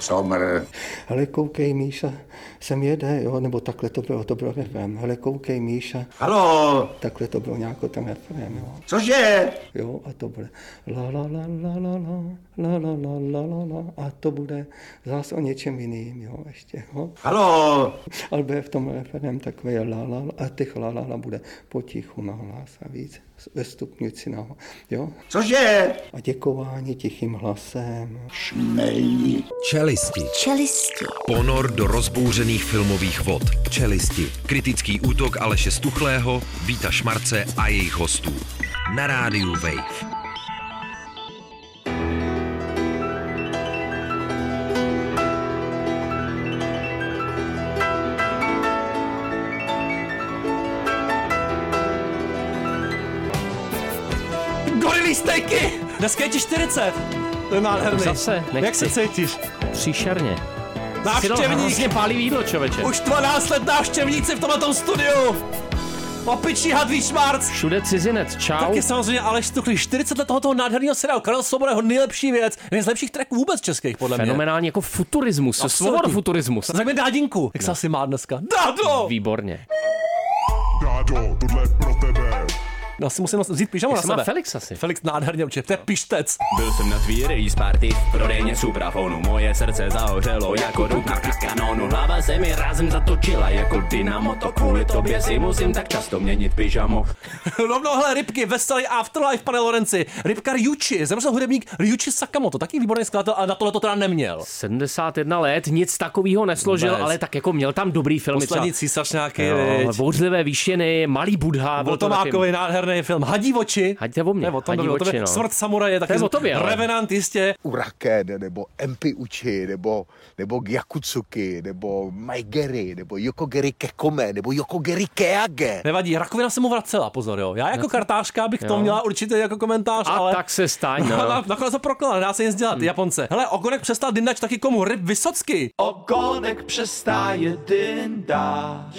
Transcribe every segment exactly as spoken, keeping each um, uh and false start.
Somr. Hele, koukej, Míša, sem jede, jo, nebo takhle to bylo, to bylo refrém. Hele, koukej, Míša. Halo. Takhle to bylo nějako ten refrém, jo. Cože? Jo, a to bude la la la la la la la la la la la a to bude zase o něčem jiným, jo, ještě, jo. Halo. Ale bude v tom refrém takový la la la a těch la la la bude potichu nahlas a víc ve stupňující naho, jo. Cože? A děkování tichým hlasem. Šmej. Čelisti. Čelisti. Ponor do rozbouřených filmových vod. Čelisti. Kritický útok Aleše Stuchlého, Víta Šmarce a jejich hostů. Na rádiu Wave. Gorilí stejky! Dneska je ti čtyřicet. To je nádherný. Zase, nechci. Jak se cítíš? Příšerně. Návštěvník. Hrozně pálí jídlo, člověče. Už dvanáct let návštěvníci v tomhletom studiu. Opičí had Vít Šmarc. Všude cizinec, čau. Taky samozřejmě Aleš Stuchlý, čtyřicet let tohoto nádherného seriálu. Karel Svoboda, jeho nejlepší věc, jeden z lepších tracků vůbec českých, podle mě. Fenomenální jako futurismus, svoboda futurismus. Tak mi Dádinku, jak se asi má dneska. Dádo! Výborně. Dádo, tohle je pro tebe. Já si musím vzít pyžamo na Jak se má sebe. Felix asi. Felix nádherně určitě, to je pištec. Byl jsem na tvý release party v prodejně Suprafonu. Moje srdce zahořelo jako duk na kanonu. Hlava se mi rázem zatočila jako dynamo. To kvůli tobě si musím tak často měnit pyžamo. Rovnou hele rybky, veselý Afterlife, pane Lorenci. Rybka Ryuichi, zemřel hudebník Ryuichi Sakamoto, taky výborný skladatel, ale na tohle to teda neměl. sedmdesát jedna let, nic takového nesložil, Vůbec. ale tak jako měl tam dobrý filmy. Poslední císař nějaký, Bouřlivé výšiny, Malý Budha. Byl to Mákový nádherný film. Hadí oči. Hadí o mě. Nebo tom Hadí bylo, oči, no. Smrt samuraje, taky o tobě, Revenant jistě. Uraken, nebo Empi Uchi, nebo, nebo Gyakutsuki, nebo Maigeri, nebo Yokogeri Kekome, nebo Yokogeri Keage. Nevadí, rakovina se mu vracela, pozor, jo. Já jako kartářka bych jo. to měla určitě jako komentář, a ale... tak se staň, no. Na, nakonec to proklala, dá se nic dělat, hmm. Japonce. Hele, Ogonek přestal dyndač taky komu? Ryb Vysocký. Ogonek přestáje dyndač.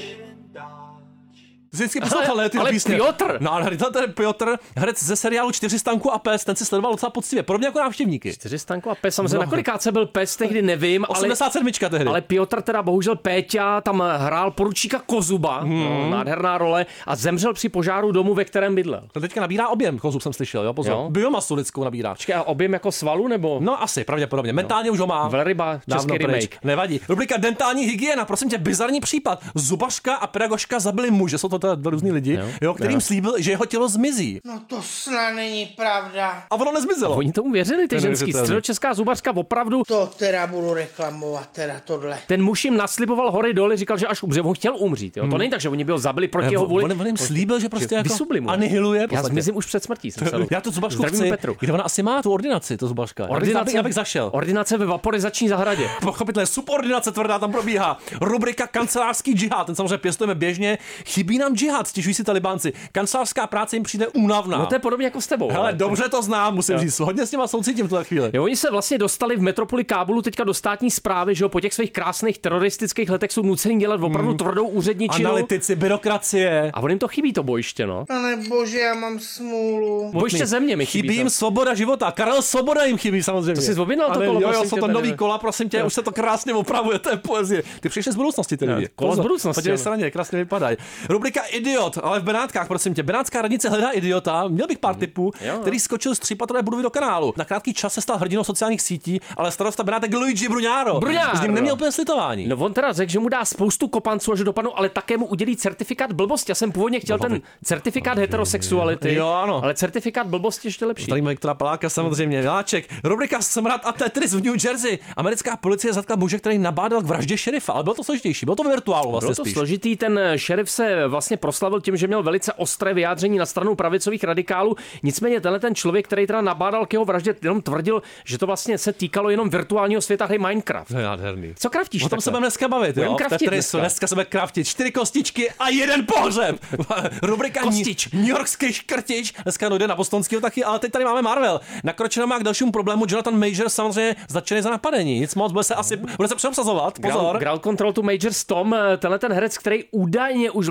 Vždycky poslouchal, ne, ty ale písně. Piotr. No, ale to je Piotr, herec ze seriálu Čtyřistanku a pes, ten si sledoval docela poctivě, podobně jako návštěvníky. Čtyřistanku a pes, samozřejmě no. Na kolikáce byl pes, tehdy nevím, osmdesát sedm ale, tehdy. ale Piotr teda bohužel Péťa tam hrál poručíka Kozuba, hmm. no, nádherná role a zemřel při požáru domu, ve kterém bydlel. To teďka nabírá objem, Kozub jsem slyšel, jo, pozor. Jo. Biomasu lidskou nabírá. Počkej, a objem jako svalu nebo? No asi, pravděpodobně. Mentálně no. už ho má. Velryba, český remake. Nevadí. Rubrika dentální hygiena, prosím tě, bizarní případ. Zubařka a pedagožka zabili muže, jsou to teda dva různý lidi. Jo. Jo, kterým slíbil, že jeho tělo zmizí. No to snad není pravda. A ono nezmizelo. A oni tomu věřili, ty ženský. Středočeská zubařka opravdu. To teda budu reklamovat, teda tohle. Ten muž jim nasliboval hory doly, říkal, že až umře, on chtěl umřít. Jo? Hmm. To není tak, že oni by ho zabili proti jeho vůli. On, on jim slíbil, že prostě jako anihiluje. Já zmizím už před smrtí. Já tu zubařku chci. Petru. Kde ona asi má tu ordinaci, to zubařka. Ordinace, já bych zašel. Ordinace ve vaporizační zahradě. Pochopitelně subordinace tvrdá tam probíhá. Rubrika kancelářský džihad, ten samozřejmě pěstujeme běžně. Chybí nám džihad, stěžují si Talibánci. Kancelářská práce jim přijde únavná. No to je podobně jako s tebou. Hele, dobře to znám, musím jo. říct. Hodně s nima soucítím v tuhle chvíli. Jo, oni se vlastně dostali v metropoli Kábulu teďka do státní správy, že jo, po těch svých krásných teroristických letech jsou nuceni dělat opravdu mm. tvrdou úředničinu. Analytici, byrokracie. A on jim to chybí, to bojiště, no. Pane bože, já mám smůlu. Bojiště země mi chybí. Chybí jim svoboda života. Karel Svoboda jim chybí samozřejmě. To jsi objednal to kolo, jo, jo, jsou to nový kola, prosím tě, jo. Už se to krásně opravuje, to je poezie. Ty přišli z budoucnosti ty lidi. Kolo z budoucnosti. Podívej se na ně, krásně vypadají. Rubrika Idiot, ale v Benátkách, prosím tě. Benátská radnice hledá idiota. Měl bych pár tipů, mm. který skočil z třípatrové budovy do kanálu. Na krátký čas se stal hrdinou sociálních sítí, ale starosta Benátek Luigi Bruňáro. Bruňáro. S ním neměl úplně slitování. No on teda řekl, že mu dá spoustu kopanců a že dopadnou, ale také mu udělí certifikát blbosti. Já jsem původně chtěl no, ten certifikát heterosexuality, jo, ano. Ale certifikát blbosti ještě lepší. Tady mají Viktora Paláka samozřejmě. Miláček. Rubrika Smrad a Tetris v New Jersey. Americká policie zatkla muže, který nabádal k vraždě šerifa, ale bylo to složitější. Bylo to virtuálu vlastně Bylo to spíš. složitý, ten šerif se vlastně proslavil tím, že měl velice ostré vyjádření na stranu pravicových radikálů. Nicméně tenhle ten člověk, který teda nabádal k jeho vraždě, jenom tvrdil, že to vlastně se týkalo jenom virtuálního světa hry Minecraft. To je nádherný. Co kraftíš? O tom se budeme dneska bavit, jo? Kraftit dneska. dneska se bude kraftit. Čtyři kostičky a jeden pohřeb. Rubrika Kostič. New Yorkský škrtič. Dneska dojde na bostonského taky, ale teď tady máme Marvel. Nakročeno má k dalšímu problému. Jonathan Major samozřejmě začne za napadení. Nic moc, bude se asi bude se přeobsazovat. Pozor. Ground Control to Major Tom, tenhle ten herec, který údajně už vlastně ve svých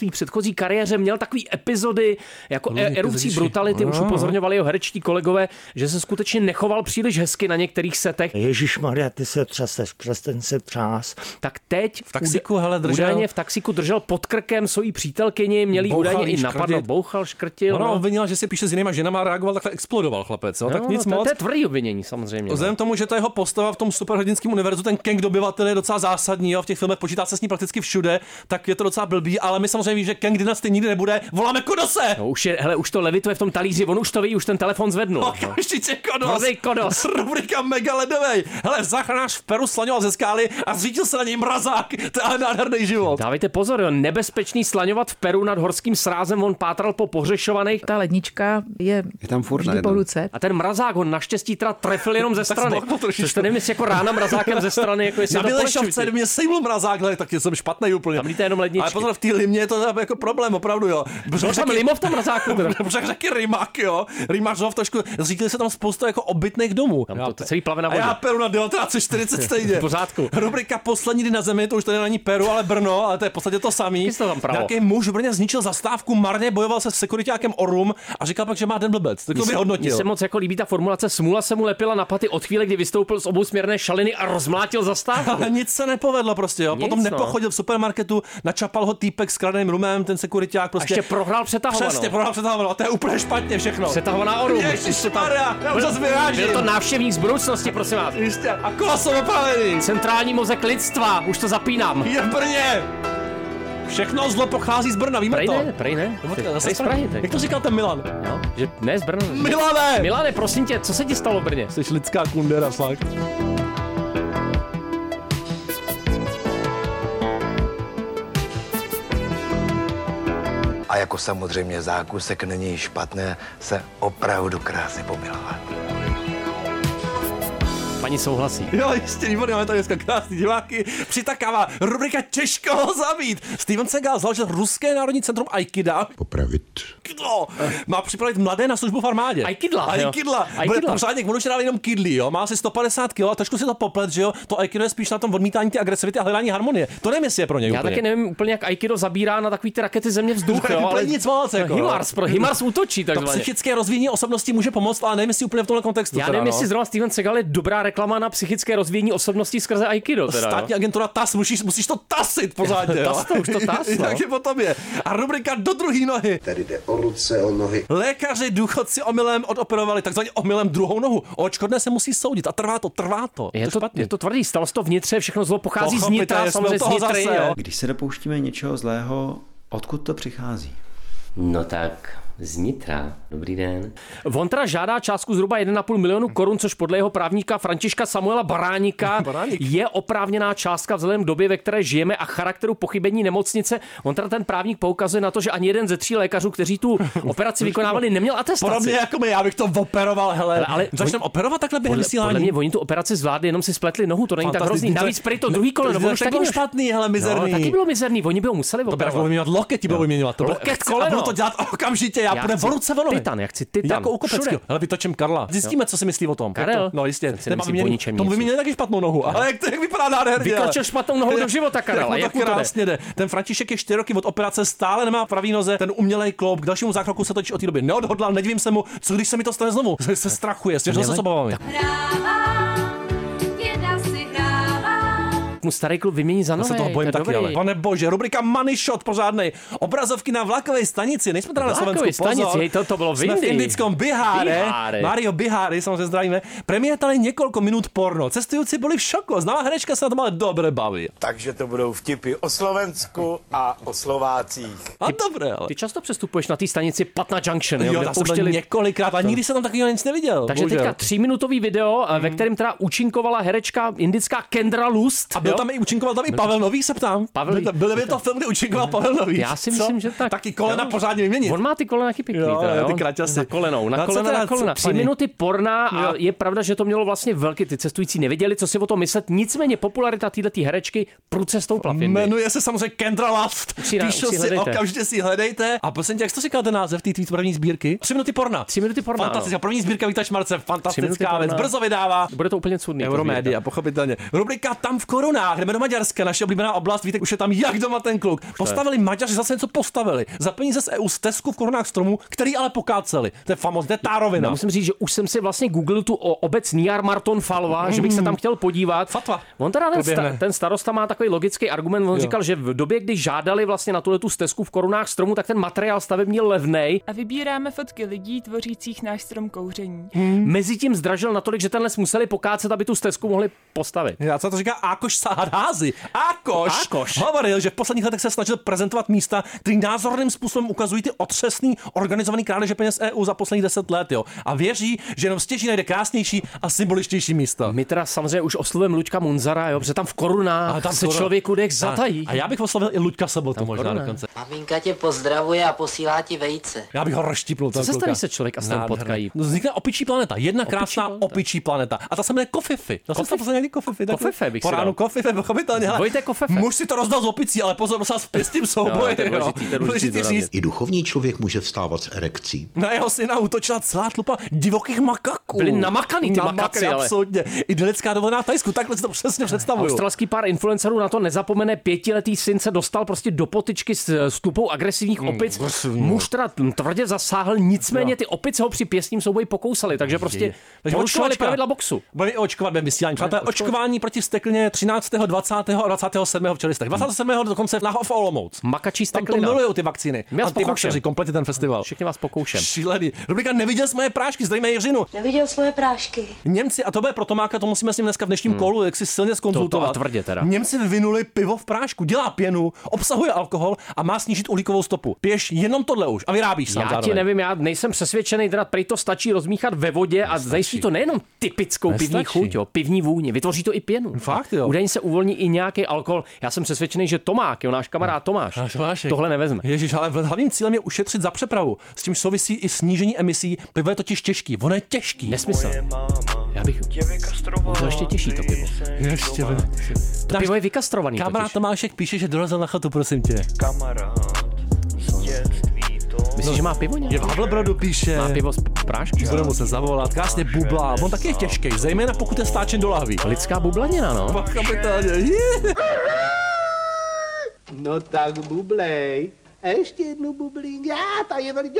své předchozí kariéře měl takový epizody jako e- erucí brutality, už upozorňovali jeho herečtí kolegové, že se skutečně nechoval příliš hezky na některých setech. Ježišmarja, ty se třaseš, přestaň se třás. Tak teď v taxiku, hele, držel. Údajně v taxiku držel pod krkem svojí přítelkyni, měli údajně i napadlo, bouchal, škrtil. Ono no. obvinila, že si píše s jinýma ženama a reagoval, takhle explodoval chlapec. No, no, tak nic no, to, moc. To je tvrdý obvinění samozřejmě. Vzhledem tomu, že ta jeho postava v tom superhrdinském univerzu, ten Kang dobyvatel je docela zásadní, jo, v těch filmech počítá se s ní prakticky všude, tak je to docela blbý, ale my samozřejmě víme, že Kang Dynasty nikdy nebude. Voláme Kodose! No, už je, hele, už to levituje v tom talíři, on už to ví, už ten telefon zvednul. No, ještě Kodos. Hozej Kodos. Rubrika Mega ledovej. Hele, záchranář v Peru slaňoval ze skály a zřítil se na něj mrazák. To je nádherný život. Dávejte pozor, jo, nebezpečný slaňovat v Peru nad horským srázem, on pátral po pohřešovaných. Ta lednička je, je tam furt vždy po ruce. A ten mrazák ho naštěstí teda trefil jenom ze strany. Což to nevím, jestli jako rána mrazákem ze strany, jako jestli na to Bělešovce, mě sejmul mrazák, ale tak jsem špatný úplně. Tam líte jenom ledničky. Ale pozor, v té limě je to jako problém, opravdu, jo. Byl tam limo v tom mrazáku. Protože řeky Rymak, jo. Rymařov trošku, zřítili se tam spousta jako obytných domů. Tam to, to celý plave na vodě. A já Peru na devatenáct set čtyřicet stejně. V pořádku. Rubrika Poslední dny na zemi, to už tady není Peru, ale Brno, ale to je v podstatě to samý. Nějaký muž v Brně zničil zastávku, marně bojoval se s sekuritákem Orum a říkal pak, že má den blbec. Tak to by hodnotil. Mně se moc jako líbí ta formulace, smůla se mu lepila na paty od chvíle, kdy vystoupil z obousměrné šaliny a rozmlátil zastávku. Ale nic se nepovedlo prostě, jo. Nic, Potom no. nepochodil v supermarketu, načapal ho týpek s kradeným rumem, ten sekuriták prostě. A ještě prohrál přetahovanou. Přesně, prohrál přetahovanou. A to je úplně špatně všechno. Přetahovaná Orum. Ježišmarja, já už zase vyrážím. Byl to návštěvník z budoucnosti, prosím vás. Jistě. A kola jsou opravený. Centrální mozek lidstva, už to zapínám. Je v Brně. Všechno zlo pochází z Brna, víme prej to. Ne, prej ne, prej z Prahy. Jak to říkal ten Milan? Jo, že ne z Brna. Milane! Milane, prosím tě, co se ti stalo v Brně? Jsi lidská kundera, fakt. A jako samozřejmě zákusek není špatné se opravdu krásně pomilovat. Paní souhlasí. Jo, jistě, výborně, máme tady dneska krásný diváky. Přitakává rubrika Těžko ho zabít. Steven Seagal založil Ruské národní centrum Aikida. Popravit. No, má připravit mladé na službu v armádě. Aikidla. Aikidla. Bude pořádně, on už dál jenom kidlí, jo. Má asi sto padesát kilo a trošku si to poplet, že jo. To Aikido je spíš na tom odmítání ty agresivity a hledání harmonie. To nevím, jestli je pro něj Já úplně. taky nevím úplně, jak Aikido zabírá na takový ty rakety země vzduch, jo, ale nic moc, jako. Himars, pro Himars útočí takzvaně. To psychické rozvíjení osobnosti může pomoct, ale nevím, jestli úplně v tomhle kontextu. Já nevím, jestli zrovna Steven Seagal je dobrá reklama na psychické rozvíjení osobností skrze Aikido. Teda, Státní agentura T A S, musíš, musíš to tasit pořádně. Tas to, už to tas, no. Takže po tobě. A rubrika Do druhé nohy. Tady jde o ruce, o nohy. Lékaři důchodci omylem odoperovali, takzvaně omylem druhou nohu. O odškodné se musí soudit a trvá to, trvá to. Je to, to, je to tvrdý, stalo se to vnitře, všechno zlo pochází z nitra, samozřejmě z nitry, jo. Když se dopouštíme něčeho zlého, odkud to přichází? No tak, z nitra. Dobrý den. On teda žádá částku zhruba jeden a půl milionu korun, což podle jeho právníka Františka Samuela Baráníka Baráník. je oprávněná částka vzhledem k době, ve které žijeme a charakteru pochybení nemocnice. On teda ten právník poukazuje na to, že ani jeden ze tří lékařů, kteří tu operaci vykonávali, neměl atestaci. Podobně jako my, já bych to operoval, hele. Ale, ale začneme oni, operovat takhle během podle, vysílání. podle mě oni tu operaci zvládli, jenom si spletli nohu, to není tak hrozný. Navíc prý to druhý koleno, to, on už to taky bylo špatný, hele, mizerný. No, taky bylo mizerný, oni by ho museli To bylo operovat. vyměňovat loket, ti bylo vyměňovat. Loket, koleno. A budu to dělat okamžitě, já, já půjde v ruce vonovi. Titan, jak chci titan. Jako u Kopeckého. Hele, vytočím Karla. Zjistíme, co si myslí o tom. Karel? No jistě. Ten si myslí o ničem tomu nic. vyměnili taky špatnou nohu. Ale jak to jak vypadá nádherně. Vyklačil špatnou nohou do života, Karel. Jak to krásně jde. Ten František je čtyři roky od operace, stále nemá pravý noze, ten umělej kloub. K dalšímu zákroku se točí od té doby. Neodhodlal, nedivím se mu, co když se mi to stane znovu. Se strachuje, svěřil se s obavami. Mu starý klub vymění za Já nové. se toho bojím to je taky, dobrý. ale. Pane bože, rubrika Money Shot pořádnej. Obrazovky na vlakové stanici. Nejsme teda na Vlakové Slovensku, pozor. stanici, hej, to- to bylo v Jsme v Indii. indickém Biháre. Biháre. Mario Biháry, samozřejmě zdravíme. Premiétali několik minut porno. Cestující byli v šoku. Známá herečka se na tom ale dobře baví. Takže to budou vtipy o Slovensku a o Slovácích. A dobré, ale. Ty často přestupuješ na té stanici Patna Junction, jo, Jo, kde já jsem byl pouštěli- několikrát a nikdy jsem tam takového nic neviděl. Takže bohužel. teďka tříminutový video, ve kterém teda účinkovala herečka indická Kendra Lust. A byl jo? tam i účinkoval tam i Pavel Nový, se ptám. Pavel- Byl, byl by to film, kde účinkoval Pavel Nový. Já si Co? myslím, že tak. Taky kolena Jo. pořádně vyměnit. On má ty kolena taky pěkný. Jo, teda, jo, jo? ty kraťasy. Na kolenou, na No a co kolena, teda, na kolena. co, Tři paní? minuty porna a Jo. je pravda, že to mělo vlastně velký, ty cestující nevěděli, co si o tom myslet. Nicméně popularita této herečky prudce stoupla v Indii. Jmenuje se samozřejmě Kendra Lust. Už si na- Píšu už si si, hledejte. okamžitě si hledejte. A prosím tě, jak jsi to říkal ten název té tvý první sbírky? Tři minuty porna. Tři minuty porna. Fantastická. První sbírka Víta Šmarce, Tři minuty fantastická věc. porna. Brzo vydává Bude to úplně cudný. Euromédia, pochopitelně. Rubrika Tam v korunách. Čechách, jdeme do Maďarska, naše oblíbená oblast, víte, už je tam jak doma ten kluk. Postavili Maďaři zase něco postavili. Za peníze z E U stezku v korunách stromů, který ale pokáceli. To je famózní, to je tárovina. Já musím říct, že už jsem si vlastně googlil tu obec Nýjar Marton Falva, mm. že bych se tam chtěl podívat. Fatva. On teda ten, sta- ten starosta má takový logický argument, on jo. říkal, že v době, kdy žádali vlastně na tuhle tu stezku v korunách stromů, tak ten materiál stavební levnej. A vybíráme fotky lidí tvořících náš strom kouření. Hmm. Mezitím zdražil natolik, že ten les museli pokácet, aby tu stezku mohli postavit. Já co to říká Ákoš Sahadházy. Ákoš, Ákoš hovoril, že v posledních letech se snažil prezentovat místa, který názorným způsobem ukazují ty otřesný organizovaný krádeže peněz E U za posledních deset let, jo. A věří, že jenom stěží najde krásnější a symboličtější místa. My teda samozřejmě už oslovujeme Luďka Munzara, jo, protože tam v korunách tam se člověku dech zatají. A, a já bych oslovil i Luďka Sobotu možná korunách. dokonce. Maminka tě pozdravuje a posílá ti vejce. Já bych ho rozštípnul. Co se stane, se člověk a s tím potkají? No, vznikne opičí planeta, jedna krásná opičí planeta. opičí planeta. A ta se jmenuje Kofify. To jsem tam někdy Kofify. Kofify bych si dal. Po ránu Kofify, pochopitelně. Dvojité Kofify. Muž si to rozdal z opicí, ale pozor, musel s pěstím souboji. I duchovní člověk může vstávat s erekcí. Na jeho syna útočila celá tlupa divokých makaků. Byli namakaný ty makaci, ale. Absolutně. Idylická dovolená v Thajsku, takhle si to přesně představuju. Australský pár influencerů na to nezapomene, pětiletý syn se dostal prostě do potyčky s, s tlupou agresivních opic. Mm, Muž teda tvrdě zasáhl, nicméně ty opice ho při pěstním souboji pokousali, takže prostě porušovali pravidla boxu. Budeme očkovat během vysílání. Přátelé, očkování proti vzteklině třináctého, dvacátého a dvacátého sedmého v Čelistech. dvacátého sedmého dokonce na v Olomouc. Makačí steklina. steklina. Tam to milujou ty vakcíny. Antivakceři, kompletně ten festival. Všichni vás pokoušem. Šílený. Rubrika Neviděl jsi moje prášky, zdejme Jiřinu. Neviděl svoje prášky. Němci, a to bude pro Tomáka, to musíme s ním dneska v dnešním hmm. kolu, jak si silně zkonzultovat. To, to tvrdě teda. Němci vyvinuli pivo v prášku, dělá pěnu, obsahuje alkohol a má snížit uhlíkovou stopu. Piješ jenom tohle už a vyrábíš sám. Já zároveň. ti nevím, já nejsem přesvědčený, teda prej to stačí rozmíchat ve vodě a zajistí to nejenom typickou Nestačí. pivní chuť, jo, pivní vůni, vytvoří to i pěnu. Fakt, jo. Údajně se uvolní i nějaký alkohol. Já jsem přesvědčený, že Tomák, jo, náš kamarád Tomáš, Tomášek. tohle nevezme. Ježíš, ale hlavním cílem je ušetřit za přepravu. S tím souvisí i snížení emisí. Pivo je totiž těžký, ono je těžký. Nesmysl. Já bych to ještě těžší to pivo. Ještě to pivo je vykastrovaný. Kamarád Tomášek píše, že dorazil na chatu, prosím tě. Kamarád z dětství to. Myslíš, že má pivo nějak? Je v Havlbrodu píše. Má pivo z prášky. Bude muset zavolat, krásně bublá. On taky je těžký, zejména pokud je stáčen do lahví. Lidská bublanina, no. Pochopitelně. No tak bublej. A ještě jednu bublík. Já, ta je velmi...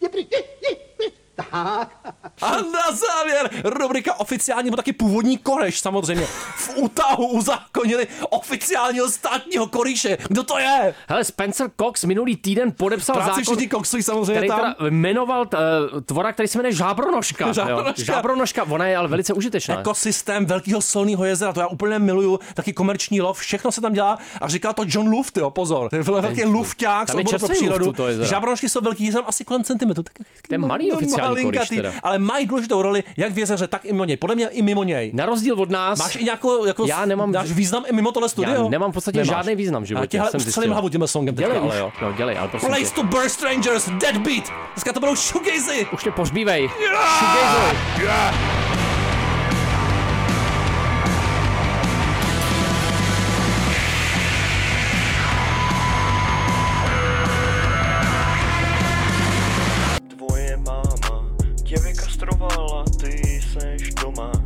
Tak. A na závěr rubrika oficiální, nebo taky původní koreš samozřejmě. V útahu uzákonili oficiálního státního koríše. Kdo to je? Hele, Spencer Cox minulý týden podepsal Práci zákon, všichni Coxují samozřejmě který tam. teda jmenoval uh, tvora, který se jmenuje Žábronožka. Žábronožka. Žábronožka, ona je ale velice užitečná. Ekosystém velkého solného jezera, to já úplně miluju, taky komerční lov, všechno se tam dělá a říká to John Luft, jo, pozor. To je velký lufťák z oboru pro přírodu. Žábronožky jsou velký, jsem asi kolem centimetru. To je malý oficiální koríš teda. Ale mají důležitou roli jak v jezeře, tak i mimo něj. Podle mě i mimo něj. Na rozdíl od nás. Máš i nějakou jako já nemám dáš význam i mimo tohle studio? Já nemám v podstatě Nemáš. Žádný význam v životě. Já už celým hlavu těmhle songem dělej teďka, už. ale jo. No, dělej, ale prosím Place tě. to Burst Strangers, Deadbeat. Dneska to budou shoegazy. Už tě pohřbívej. Yeah! Shoegazuj. Yeah! Tvoje máma tě vykastrovala, ty seš Tomáš.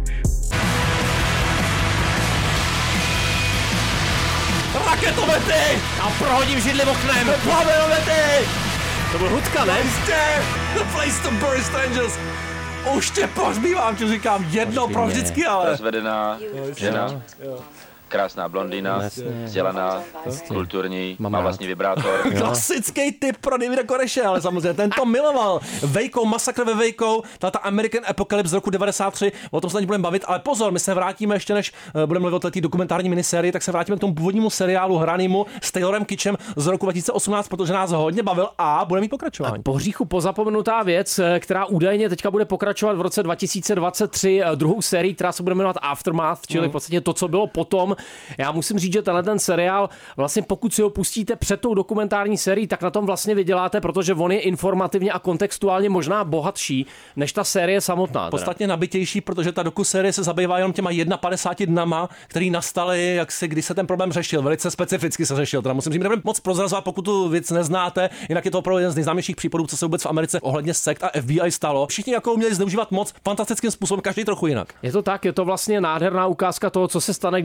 Raketomety! A prohodím židli oknem. Plavenomety! To byl Hudka, ne? Place to Burst Strangers. Už tě pohřbívám, ti říkám, jednou pro vždycky, ale... Rozvedená žena, krásná blondýna, vzdělaná, kulturní, má vlastní vibrátor. Klasický typ pro Davida Koreše, ale samozřejmě ten to miloval. Vejkou, masakr ve Vejkou, ta American Apocalypse z roku devadesát tři, o tom se ani budeme bavit, ale pozor, my se vrátíme ještě, než budeme mluvit o té dokumentární minisérii, tak se vrátíme k tomu původnímu seriálu hranému s Taylorem Kitchem z roku dva tisíce osmnáct, protože nás hodně bavil a bude mít pokračování. A po hříchu pozapomenutá věc, která údajně teďka bude pokračovat v roce dva tisíce dvacet tři, druhou sérii, která se bude jmenovat Aftermath, čili Mm. v podstatě to, co bylo potom. Já musím říct, že tenhle ten seriál, vlastně pokud si ho pustíte před tou dokumentární sérií, tak na tom vlastně vyděláte, protože on je informativně a kontextuálně možná bohatší než ta série samotná. Teda. Podstatně nabitější, protože ta dokusérie se zabývá jenom těma padesáti jedna dnama, který nastaly, jak se, když se ten problém řešil. Velice specificky se řešil. Teda musím říct, nebudeme moc prozrazovat, pokud tu věc neznáte. Jinak je to opravdu jeden z nejznámějších případů, co se vůbec v Americe ohledně sekt a F B I stalo. Všichni jako uměli zneužívat moc fantastickým způsobem, každý trochu jinak. Je to tak, je to vlastně nádherná ukázka toho, co se stane, když se potká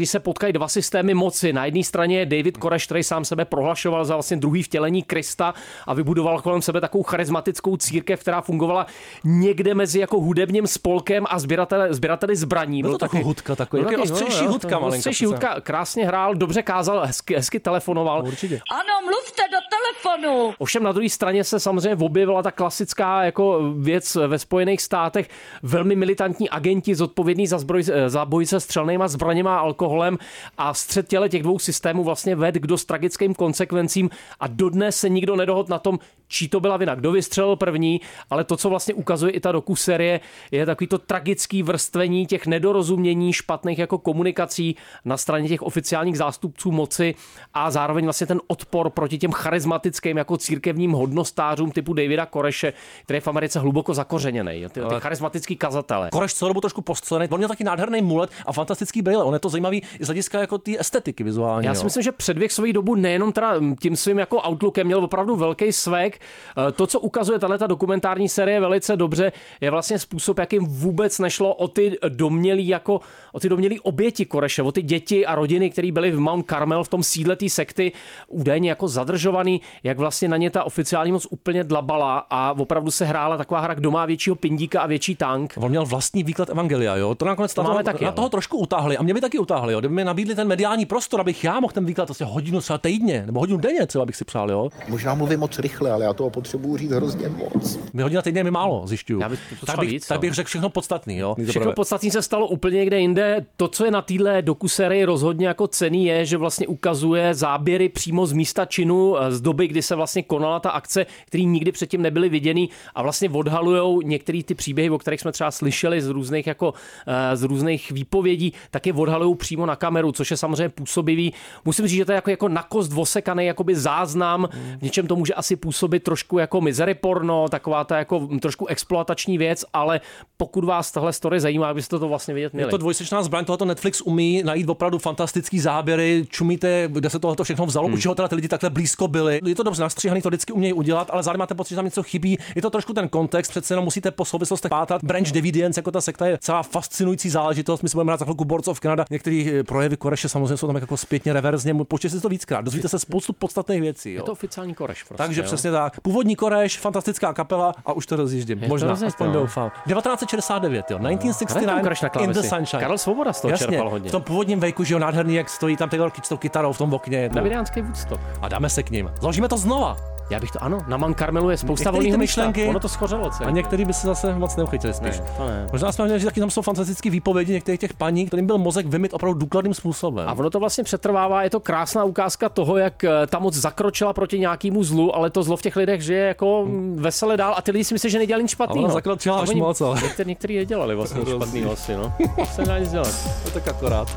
potkají dva systémy moci. Na jedné straně je David Koresh, který sám sebe prohlašoval za vlastně druhý vtělení Krista a vybudoval kolem sebe takovou charismatickou církev, která fungovala někde mezi jako hudebním spolkem a sběrateli, sběrateli zbraní. Byl to takový hudka, takový, takový ostřejší hudka, malinka. Ostřejší hudka, krásně hrál, dobře kázal, hezky, hezky telefonoval. Určitě. Ano, mluvte do telefonu. Ovšem na druhé straně se samozřejmě objevila ta klasická jako věc ve Spojených státech. Velmi militantní agenti zodpovědní za, zbroj, za boj se střelnýma zbraněma a alkoholem a střet těle těch dvou systémů vlastně ved k dost tragickým konsekvencím a dodnes se nikdo nedohodl na tom, čí to byla vina, kdo vystřelil první, ale to, co vlastně ukazuje i ta dokuserie, je takový to tragický vrstvení těch nedorozumění, špatných jako komunikací na straně těch oficiálních zástupců moci a zároveň vlastně ten odpor proti těm charismatickým jako církevním hodnostářům typu Davida Koreše, který je v Americe hluboko zakořeněný. Ty, ty charismatický kazatele. Koreš celou dobu trošku postřelený. On měl taky nádherný mulet a fantastický brýle. On je to zajímavý z hlediska jako té estetiky vizuální. Já si jo. myslím, že předvěk svou dobu nejenom teda tím svým jako outlookem měl opravdu velký svek. To, co ukazuje tato dokumentární série velice dobře, je vlastně způsob, jakým vůbec nešlo o ty domnělý jako o ty domnělý oběti Koreše, o ty děti a rodiny, které byly v Mount Carmel v tom sídle té sekty, údajně jako zadržovaný, jak vlastně na ně ta oficiální moc úplně dlabala a opravdu se hrála taková hra, kdo má většího pindíka a větší tank. On měl vlastní výklad evangelia, jo. To nakonec to máme taky, na toho trošku utáhli a mě by taky utáhli, jo. Kdyby mi nabídli ten mediální prostor, abych já mohl ten výklad asi hodinu třeba týdně nebo hodinu denně, třeba bych si přál, jo. Možná mluvím moc rychle, ale já toho potřebuji říct hrozně moc. My hodina týdně mi málo, zjišťuju. Já bych tak bych, víc, tak bych řekl všechno podstatný, jo. Všechno podstatný se stalo úplně někde jinde. To, co je na téhle dokusérii rozhodně jako cenný, je, že vlastně ukazuje záběry přímo z místa činu, z doby, kdy se vlastně konala ta akce, které nikdy předtím nebyly viděný a vlastně odhalujou některé ty příběhy, o kterých jsme třeba slyšeli z různých jako z různých výpovědí, tak je odhalují přímo na kameru, což je samozřejmě působivý. Musím říct, že to je jako, jako na kost osekaný jakoby záznam. V něčem to může asi působit trošku jako misery porno, taková ta jako trošku exploatační věc, ale pokud vás tahle story zajímá, byste to vlastně vidět měli. Je to dvojsečná zbraň, tohoto Netflix umí najít opravdu fantastický záběry, čumíte, kde se tohle všechno vzalo, hmm. u čeho teda ty lidi takhle blízko byli. Je to dobře nastříhaný, to vždycky umějí udělat, ale zároveň máte pocit, že tam něco chybí. Je to trošku ten kontext, přece jenom musíte po souvislostech pátat. Branch Davidians, jako ta sekta, je celá fascinující záležitost. My se budeme hrát za chvilku Boards of Canada. Některé projevy Koreše samozřejmě jsou tam jako zpětně reverzně. Počtěte si to víckrát. Dozvíte se spoustu podstatných věcí. Jo. Je to oficiální Koreš. Prostě, Takže jo. přesně tak. Původní Koreš, fantastická kapela a už to rozjíždím. Je Možná, to aspoň doufám. devatenáct set šedesát devět, jo. devatenáct set šedesát devět, In the Sunshine. Karel Svoboda z toho Jasně, čerpal hodně. V tom původním vejku, že jo, nádherný, jak stojí tam takhle s tou kytarou v tom okně. Davidiánský Woodstock. A dáme se k ním. Zložíme to znova. Já bych to, ano, na Mount Carmelu je spousta Některý volného ty myšlenky. myšlenky. Ono to schořelo celé. A některý by se zase moc neuchytili spíš. Ne, to ne. Možná jsme měli, že taky tam jsou fantastické výpovědi některých těch paní, kterým byl mozek vymyt opravdu důkladným způsobem. A ono to vlastně přetrvává, je to krásná ukázka toho, jak ta moc zakročila proti nějakému zlu, ale to zlo v těch lidech žije jako vesele dál a ty lidi si myslí, že nedělali nic špatného. Ale zakročila až moc, ale. Některý, některý je dělali vlastně špatný asi, no. Se nedá nic dělat. To tak akorát.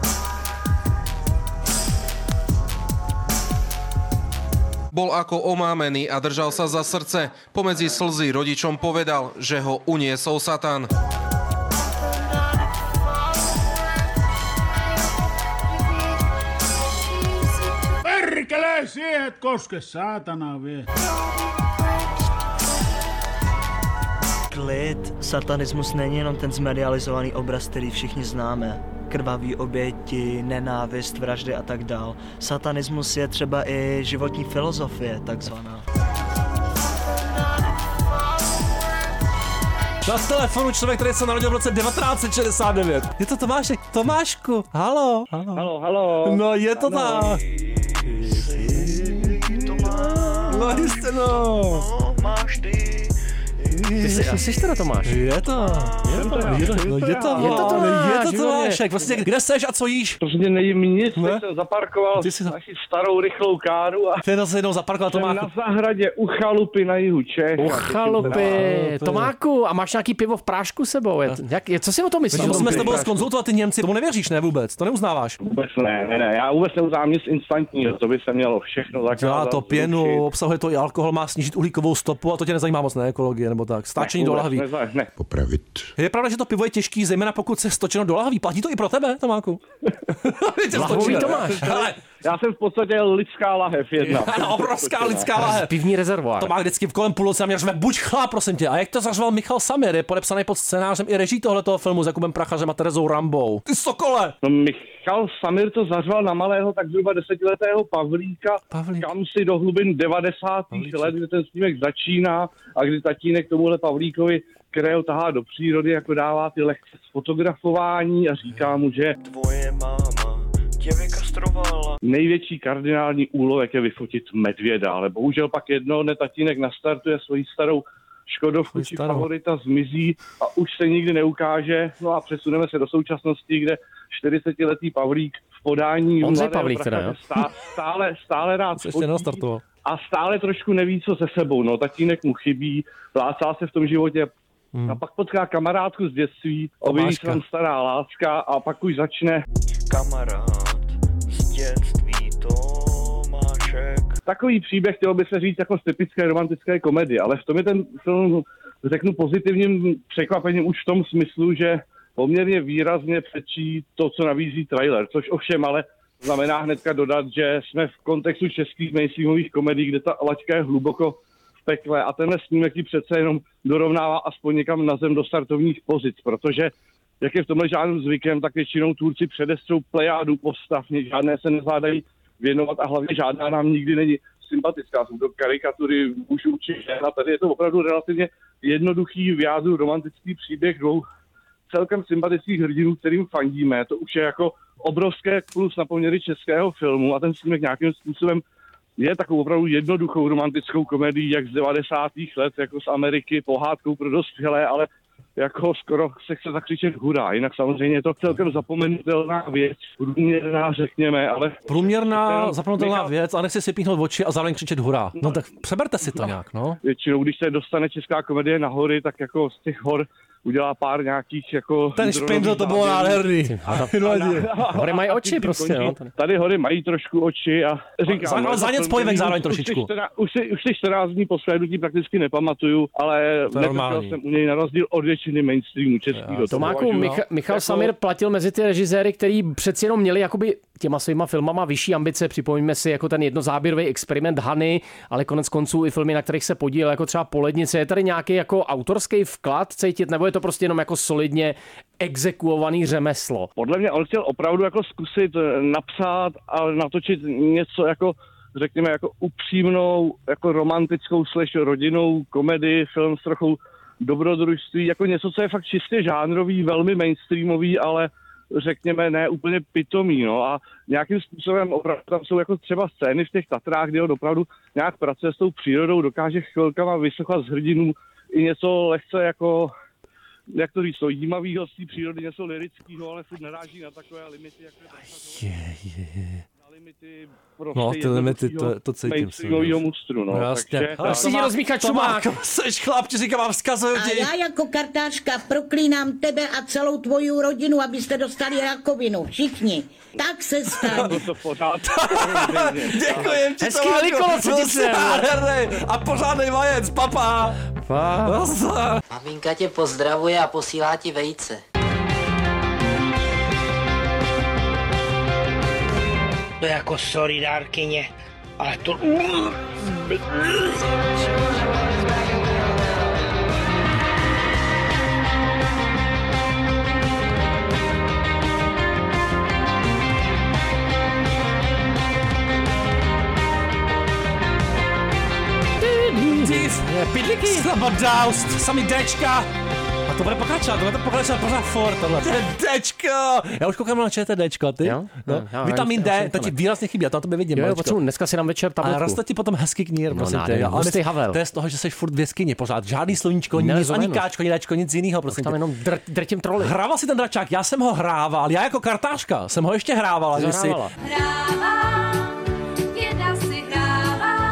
Bol ako omámený a držal sa za srdce. Pomedzi slzy rodičom povedal, že ho uniesol Satan. Perkele, siihen koske, saatana vie. Klid, satanismus není jenom ten zmedializovaný obraz, který všichni známe. Krvavý oběti, nenávist, vraždy a tak dál. Satanismus je třeba i životní filozofie, takzvaná. Na telefonu člověk, který se narodil v roce devatenáct set šedesát devět. Je to Tomášek. Tomášku, halo. Halo, halo. halo. No je to tak. No jistě no. Máš ty. Ty jsi, jsi teda Tomáš. Je to. Je to. Je to. No, je to. Je to Tomáš. Je to Tomášek. Vlastně, kde seš a co jíš? Prostě nejím nic, ne? Jsem zaparkoval Ty jsi za... naši starou rychlou káru a ty se jednou zaparkoval Tomáku. na zahradě u chalupy na jihu Čech. U chalupy. Tomáku, a máš nějaký pivo v prášku sebou? Je, jak, je, co si o tom myslíš? Musíme s tebou zkonzultovat ty Němci. Tomu nevěříš, ne vůbec? To neuznáváš? Vůbec ne, ne, ne. Já vůbec neuznávám nic instantního. To by se mělo všechno zakázat. Já to pěnu, obsahuje to i alkohol, má snížit uhlíkovou stopu a to tě nezajímá moc, ne, ekologie nebo tak. Stáčení do lahví. Ne. Popravit. Jo, Je pravda, že to pivo je těžký, zejména pokud se stočeno do lahví. Platí to i pro tebe, Tomáku? Lahvový Tomáš. Já jsem v podstatě lidská lahev jedna. Ano, obrovská lidská lahev. Pivní rezervoár. To má vždycky v kolem půl noci a mě řve, buď chlap, prosím tě. A jak to zařval Michal Samir, je podepsaný pod scénářem i reží tohletoho filmu s Jakubem Prachařem a Terezou Rambou. Ty sokole! No Michal Samir to zařval na malého tak zhruba desetiletého Pavlíka, Pavlík. kam si do hlubin devadesátých let, kdy ten snímek začíná a kdy tatínek tomuhle Pavlíkovi, kterého tahá do přírody, jako dává ty lekce z fotografování a říká mu, že Tvoje máma tě vykastrovala. Největší kardinální úlovek je vyfotit medvěda, ale bohužel pak jednoho dne tatínek nastartuje svoji starou Škodovku či Favorita zmizí a už se nikdy neukáže. No a přesuneme se do současnosti, kde čtyřicetiletý Pavlík v podání Ondřej Pavlík teda, jo? stále, stále rád ještě nenastartoval. A stále trošku neví, co se sebou. No, tatínek mu chybí, plácá se v tom životě. Hmm. A pak potká kamarádku z dětství, objeví se tam stará láska a pak už začne Kamarád z dětství Tomášek. Takový příběh, chtělo by se říct jako z typické romantické komedie, ale v tom je ten film, řeknu, pozitivním překvapením už v tom smyslu, že poměrně výrazně přečí to, co nabízí trailer, což ovšem ale znamená hnedka dodat, že jsme v kontextu českých mainstreamových komedií, kde ta laťka je hluboko v pekle a tenhle snímek ji přece jenom dorovnává aspoň někam na zem do startovních pozic, protože jak je v tomhle žádným zvykem, tak většinou tvůrci předestrou plejádu postav, žádné se nezvládají věnovat a hlavně žádná nám nikdy není sympatická. Jsou to karikatury mužů či žen a tady je to opravdu relativně jednoduchý v jádru romantický příběh dvou celkem sympatických hrdinů, kterým fandíme. To už je jako obrovské plus na poměry českého filmu a ten snímek nějakým způsobem je takovou opravdu jednoduchou romantickou komedií, jak z devadesátých let, jako z Ameriky, pohádkou pro dospělé, ale jako skoro se chce zakřičet hurá. Jinak samozřejmě je to celkem zapomenutelná věc, průměrná řekněme, ale... Průměrná, zapomenutelná věc a nechci si píchnout oči a zároveň křičet hurá. No tak přeberte si to nějak, no. Většinou, když se dostane česká komedie na hory, tak jako z těch hor udělá pár nějakých jako... Ten špindl, to bylo nádherný. Hory mají oči prostě, jo. Tady hory mají trošku oči a říkám... Ale za něco pojivek zároveň trošičku. Už si, už si čtrnáct dní po shlédnutí prakticky nepamatuju, ale netrpěl jsem u něj na rozdíl od většiny mainstreamu českého. Tomáku, Mich- Michal jako... Samir platil mezi ty režiséry, který přeci jenom měli jakoby těma svýma filmama vyšší ambice. Připomeňme si jako ten jednozáběrový experiment Hany, ale konec konců i filmy, na kterých se podílel, jako třeba Polednice. Je tady nějaký jako autorský vklad cítit, nebo je to prostě jenom jako solidně exekuovaný řemeslo? Podle mě on chtěl opravdu jako zkusit napsat a natočit něco jako, řekněme, jako upřímnou, jako romantickou slash rodinnou komedii, film s trochou dobrodružství, jako něco, co je fakt čistě žánrový, velmi mainstreamový, ale řekněme ne úplně pitomý, no a nějakým způsobem opravdu tam jsou jako třeba scény v těch Tatrách, kde on opravdu nějak pracuje s tou přírodou, dokáže chvilkama vysochat z hrdinů i něco lehce jako, jak to říct, to jímavýho z té přírody, něco lirického, ale furt naráží na takové limity, jako je, je, je. Na limity prostě no, ty limity, to, to cítím. Mainstreamovýho mustru, no. Jasně. Takže... Si tě rozmíchá čumák. Seš chlapče, říkám vám vzkazuju ti. A já jako kartářka proklínám tebe a celou tvoji rodinu, abyste dostali rakovinu. Všichni. Tak se stane. Děkujem ti, hezký Velikonoc, a pořádnej vajec, papa. Pa. Maminka tě pozdravuje a posílá ti vejce. To je jako sorry, dárkyně, ale to... Pidliky, Slaboddaust, sami Dčka. A to bude pokračovat, to bude pokračovat pořád furt, tohle. Dčko! Já už koukám na ČTDčko, ty? Jo? No. Já, Vitamin D, to ti výrazně chybí, a to tobě vidím. Jo, jo, potřebuji, dneska si dám večer tabletku. A roste ti potom hezký knír, prosím no, tě. Ale to je z toho, že jsi furt v jeskyni pořád. Žádný sluníčko, nic, ani káčko, ani Dčko, nic jiného, prosím tam tě. jenom dr- drtím troly. Hrával si ten dračák, já jsem ho hrával, já jako kartářka jsem ho ještě hrával. Hrávala.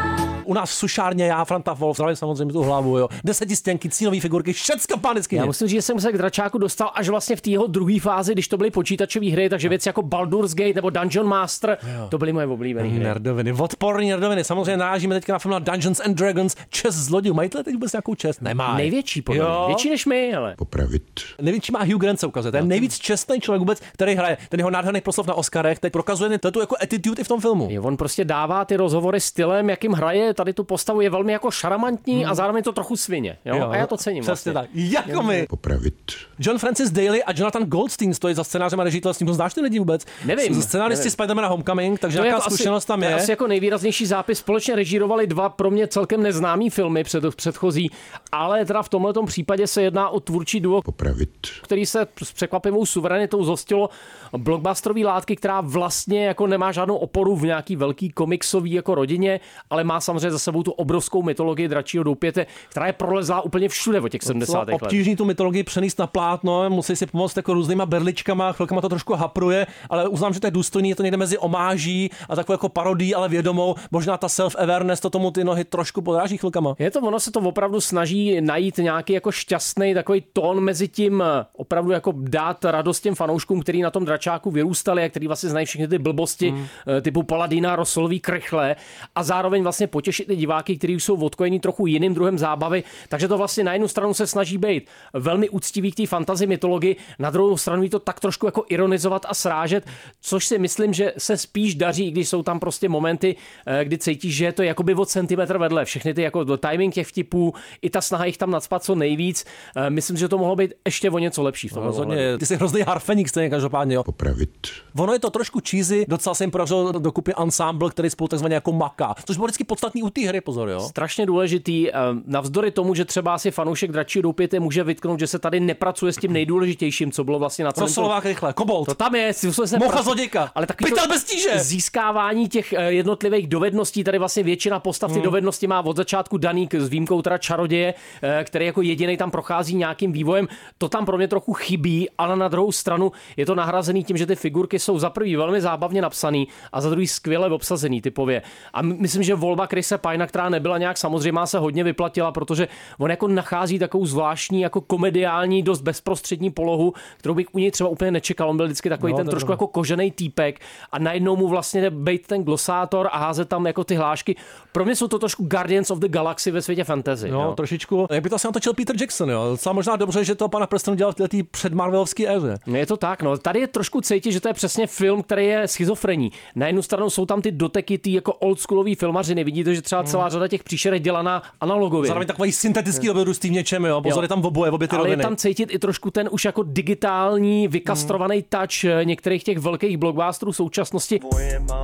u nás v sušárně, já, Franta Wolf, zdravím samozřejmě tu hlavu, jo. Desetistěnky, cínový figurky, všecko panicky. Já musím říct, že jsem se k dračáku dostal až vlastně v té jeho druhé fázi, když to byly počítačové hry, takže věci jako Baldur's Gate nebo Dungeon Master, jo. To byly moje oblíbené hry. Nerdoviny, odporný nerdoviny. Samozřejmě narážíme teďka na film na Dungeons and Dragons, čest zlodějů. Mají to teď vůbec nějakou čest? Nemá. Největší podle mě. Větší než my, ale. Popravit. Největší má Hugh Grant, se ukazuje. Ten nejvíc čestný člověk vůbec, který hraje. Ten jeho nádherný proslov na Oscarech, teď prokazuje tu jako attitude i v tom filmu. Je, on prostě dává ty rozhovory stylem, jakým hraje, tady tu postavu je velmi jako šarmantní hmm. a zároveň to trochu svině. Jo? Jo, a já to cením. Přesně vlastně. tak. Jako my. Popravit. John Francis Daly a Jonathan Goldstein stojí za scénářem a režitelem. Znáš ty lidi vůbec? Nevím. Scenáristi Spider-Mana Homecoming, takže to nějaká jako zkušenost asi, tam je. To je asi jako nejvýraznější zápis. Společně režírovali dva pro mě celkem neznámý filmy před, předchozí, ale teda v tomhletom případě se jedná o tvůrčí duo, Popravit. který se s překvapivou suverenitou zhostilo blockbusterové látky, která vlastně jako nemá žádnou oporu v nějaký velký komiksový jako rodině, ale má samozřejmě za sebou tu obrovskou mytologii dračího doupěte, která je prolezlá úplně všude od těch sedmdesátých let. Obtížný tu mytologii přenést na plátno, musí si pomoct jako různýma berličkama, chvilkama to trošku hapruje, ale uznám, že to je důstojný, je to někde mezi omáží a takovou jako parodii, ale vědomou. Možná ta self-awareness to tomu ty nohy trošku podráží chvilkama. Je to, ono se to opravdu snaží najít nějaký jako šťastný takový tón mezi tím, opravdu jako dát radost těm fanouškům, který na tom dračáku vyrůstali a který vlastně znají všechny ty blbosti hmm. typu Paladina, Rosolový krychle a zároveň vlastně potěšit ty diváky, kteří jsou odkojení trochu jiným druhem zábavy. Takže to vlastně na jednu stranu se snaží být velmi úctivý k té fantasy mytologii, na druhou stranu jí to tak trošku jako ironizovat a srážet, což si myslím, že se spíš daří, i když jsou tam prostě momenty, kdy cítíš, že je to jakoby od centimetr vedle. Všechny ty jako timing těch vtipů, i ta snaha jich tam nacpat co nejvíc. Myslím, že to mohlo být ještě o něco lepší v tom. No, ty jsi hrozný harfeník, stejně každopádně, jo. Popravit. Ono je to trošku cheesy, docela jsem podařil dokupy ensemble, který spolu takzvaně jako maká. Což bylo vždycky podstatný u té hry, pozor, jo. Strašně důležitý, navzdory tomu, že třeba si fanoušek dračího doupěte může vytknout, že se tady nepracuje s tím nejdůležitějším, co bylo vlastně na celém. Rosolová krychle, kobold. To tam je, Mocha zlodějka. Ale taky Pytel bez tíže. Získávání těch jednotlivých dovedností, tady vlastně většina postav ty hmm. dovednosti má od začátku daný, s výjimkou teda čaroděje, který jako jediný tam prochází nějakým vývojem. To tam pro mě trochu chybí, ale na druhou stranu je to nahrazený tím, že ty figurky jsou za prvý velmi zábavně napsaný a za druhý skvěle obsazený typově. A myslím, že volba Chrise Pinea, která nebyla nějak samozřejmá, se hodně vyplatila, protože on jako nachází takovou zvláštní jako komediální, dost bezprostřední polohu, kterou bych u něj třeba úplně nečekal. On byl vždycky takový no, ten trošku no. jako kožený týpek a najednou mu vlastně jde bejt ten glosátor a házet tam jako ty hlášky. Pro mě jsou to trošku Guardians of the Galaxy ve světě fantasy. No, jo. trošičku. Jak by to asi natočil Peter Jackson, jo. Docela možná dobře, že to pana Prstenu dělal v této předmarvelovské éře. Je to tak, no. Tady je trošku cítit, že to je přesně film, který je schizofrenní. Na jednu stranu jsou tam ty doteky, ty jako oldschoolový filmařiny. Vidíte, že třeba celá řada těch příšerek dělaná analogově. Zároveň takový syntetický dobrodružství v něčem, jo. Pozor, je tam oboje, obě ty ale roviny. Je tam cítit i trošku ten už jako digitální, vykastrovaný hmm. touch některých těch velkých blockbusterů současnosti. Moje máma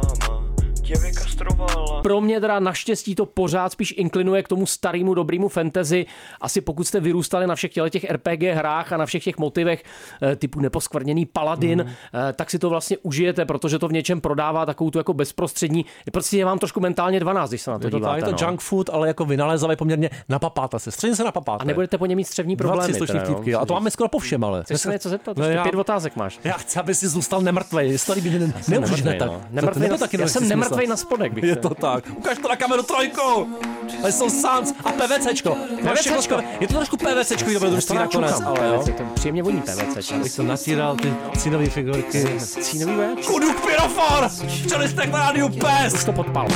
tě vykastrovala. Pro mě teda naštěstí to pořád spíš inklinuje k tomu starému dobrému fantasy. Asi pokud jste vyrůstali na všech těch R P G hrách a na všech těch motivech typu neposkvrněný paladin, mm. tak si to vlastně užijete, protože to v něčem prodává takovou tu jako bezprostřední. Prostě je vám trošku mentálně dvanáct, když se na to, je to díváte. Je to no. junk food, ale jako vynalézavý poměrně napapáte se. Středně se napapáte. A nebudete po něm mít střevní problémy. Teda, týpky, a to máme skoro po všem, ale. Chceš se něco zeptat? No, já... Pět otázek máš. Já chci, aby si zůstal nemrtvej. Nemůžeš ne tak. Já jsem nemrtvej na spodek. Je to tak. Ukaž to na kameru trojku. Ale jsou Sans a PVCčko. PVCčko. Je to trošku PVCčko, to bude družství nakonec, ale jo. To příjemně voní PVCčko. Abych to natíral ty cínový figurky. Cínový věc? Kuduk pyrofor! Včelistek na rádiu pes! Už to podpal.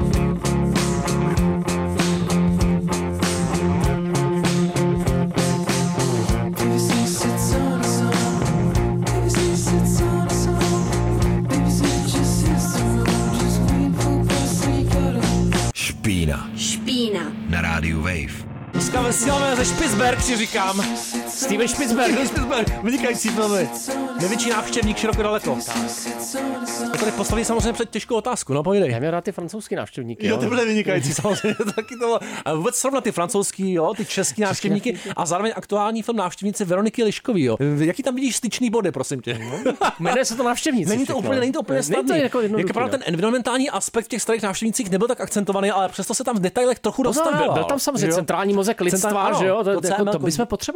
Špína. Špína. Na rádiu Wave. Dneska vysíláme ze Špicberg, si říkám. Steven Spielberg. Steven Spielberg, vynikající filmy. Největší návštěvník široko daleko. To tady postaví samozřejmě před těžkou otázku, no povídej. Já měl rád ty francouzský návštěvníky. Jo, jo ty byly vynikající, samozřejmě. Taky to, a vůbec srovnat ty francouzský, jo, ty český návštěvníky a zároveň aktuální film Návštěvníci Veroniky Liškový, jo. Jaký tam vidíš styčný body, prosím tě? Jmenuje se to Návštěvníci. Není to úplně, není to úplně snadné. Jako Jak právě ten environmentální aspekt v těch starých návštěvnících nebyl tak akcentovaný, ale přesto se tam v detailech trochu dostává. Byl tam samozřejmě centrální mozek lidstva, že jo, to, to, jako, to bychom potřebovali. Je to tam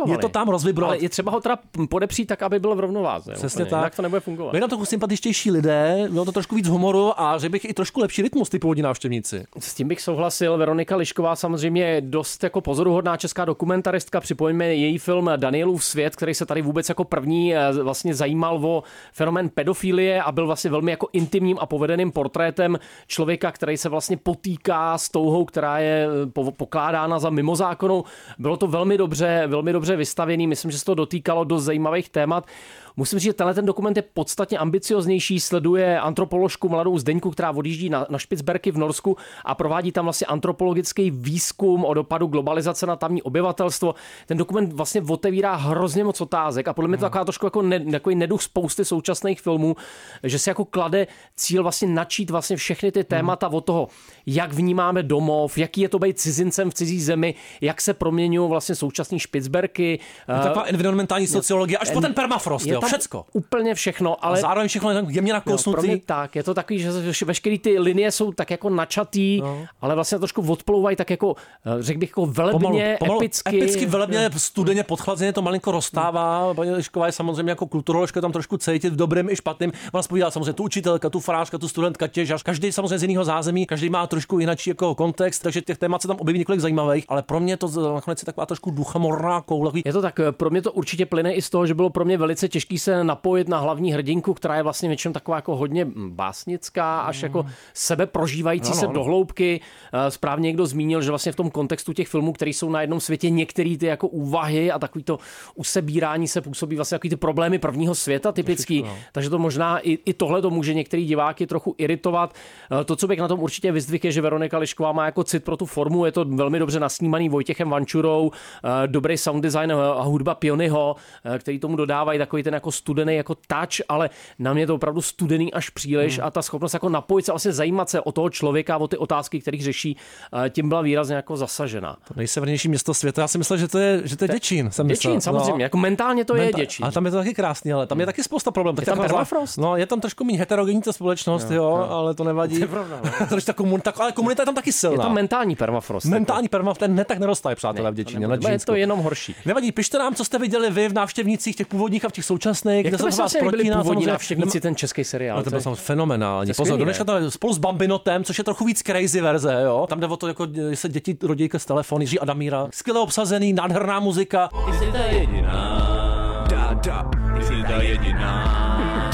rozvibrovat. Ale je třeba ho teda podepřít tak, aby byl v rovnováze. Přesně úplně. tak. Jinak to nebude fungovat. Byli tam trochu sympatičtější lidé, mělo to trošku víc humoru a že bych i trošku lepší rytmus ty původní návštěvníci. S tím bych souhlasil. Veronika Lišková samozřejmě je dost jako pozoruhodná česká dokumentaristka. Připomeňme její film Danielův svět, který se tady vůbec jako první vlastně zajímal o fenomén pedofilie a byl vlastně velmi jako intimním a povedeným portrétem člověka, který se vlastně potýká s touhou, která je pokládána za mimozákonnou. Bylo to velmi dobře, velmi dobře vystavěný. Myslím, že se to dotýkalo dost zajímavých témat. Musím říct, že tenhle ten dokument je podstatně ambicioznější, sleduje antropoložku mladou Zdeňku, která odjíždí na, na Špicberky v Norsku a provádí tam vlastně antropologický výzkum o dopadu globalizace na tamní obyvatelstvo. Ten dokument vlastně otevírá hrozně moc otázek a podle mě to taková trošku jako ne, takový neduch spousty současných filmů, že se jako klade cíl vlastně načít vlastně všechny ty témata od toho, jak vnímáme domov, jaký je to být cizincem v cizí zemi, jak se proměňují vlastně současné Špicberky. Je taková environmentální sociologie, až en, po ten permafrost, jo, všecko. Úplně všechno, ale a zároveň všechno je jemně nakousnutý. Tak, je to takový, že veškeré ty linie jsou tak jako načatý, no. ale vlastně trošku odplouvají tak jako, řekl bych, jako velebně, pomalu, pomalu, epicky. Epicky, velebně, studeně, podchlazeně to malinko rozstává. Paní Lišková je samozřejmě jako kulturoložka, tam trošku cítit v dobrém i špatném. Ona zpovídá samozřejmě tu učitelka, tu farářka, tu studentka, těžař. Každý samozřejmě z jiného zázemí, každý má trošku jiný jako kontext, takže těch témat se tam objeví několik zajímavých, ale pro mě to nakonec je taková trošku duchamorná koule. Je to tak, pro mě to určitě plyne i z toho, že bylo pro mě velice těžký se napojit na hlavní hrdinku, která je vlastně něčem taková jako hodně básnická, až jako sebe prožívající no, no, se do hloubky. Správně někdo zmínil, že vlastně v tom kontextu těch filmů, které jsou na jednom světě, některé ty jako úvahy a takový to usebírání se působí vlastně takový ty problémy prvního světa typický. No. Takže to možná i, i tohle to může některý diváky trochu iritovat. To, co bych na tom určitě vyzdvihl, je, že Veronika Lišková má jako cit pro tu formu, je to velmi dobře nasnímaný Vojtěchem Vančurou, dobrý sound design a hudba Pionyho, který tomu dodávají takový ten jako studený jako touch, ale na mě to opravdu studený až příliš hmm. a ta schopnost jako napojit se, vlastně zajímat se o toho člověka, o ty otázky, které řeší, tím byla výrazně jako zasažená. To nejsevernější město světa, já si myslel, že to je, že to je Děčín. Jsem Děčín, myslel. samozřejmě, no. jako mentálně to Menta- je Děčín. A tam je to taky krásný, ale tam je taky spousta problémů. Je tam permafrost? No, je tam trošku méně heterogenní ta společnost, jo, jo, jo, ale to nevadí. To je pravda, ta komunita, ale komunita je tam taky silná. Je tam mentální permafrost. Mentální permafrost, ten ne tak neroste, přátelé, ne, v Děčíně. Je to jenom horší. Nevadí, pište nám, co jste viděli vy v návštěvnících těch původních a v těch současných. Jak to by se byli původní návštěvníci ten český seriál? No, to byl samozřejmě fenomenální. Pozor, do dneška to spolu s Bambinotem, což je trochu víc crazy verze, jo. Tam jde o to, jako se děti rodí z telefonu, Jiří Adamíra. Skvěle obsazený, nádherná muzika. Ty jsi ta jediná. Da, da. Ty jsi ta jediná.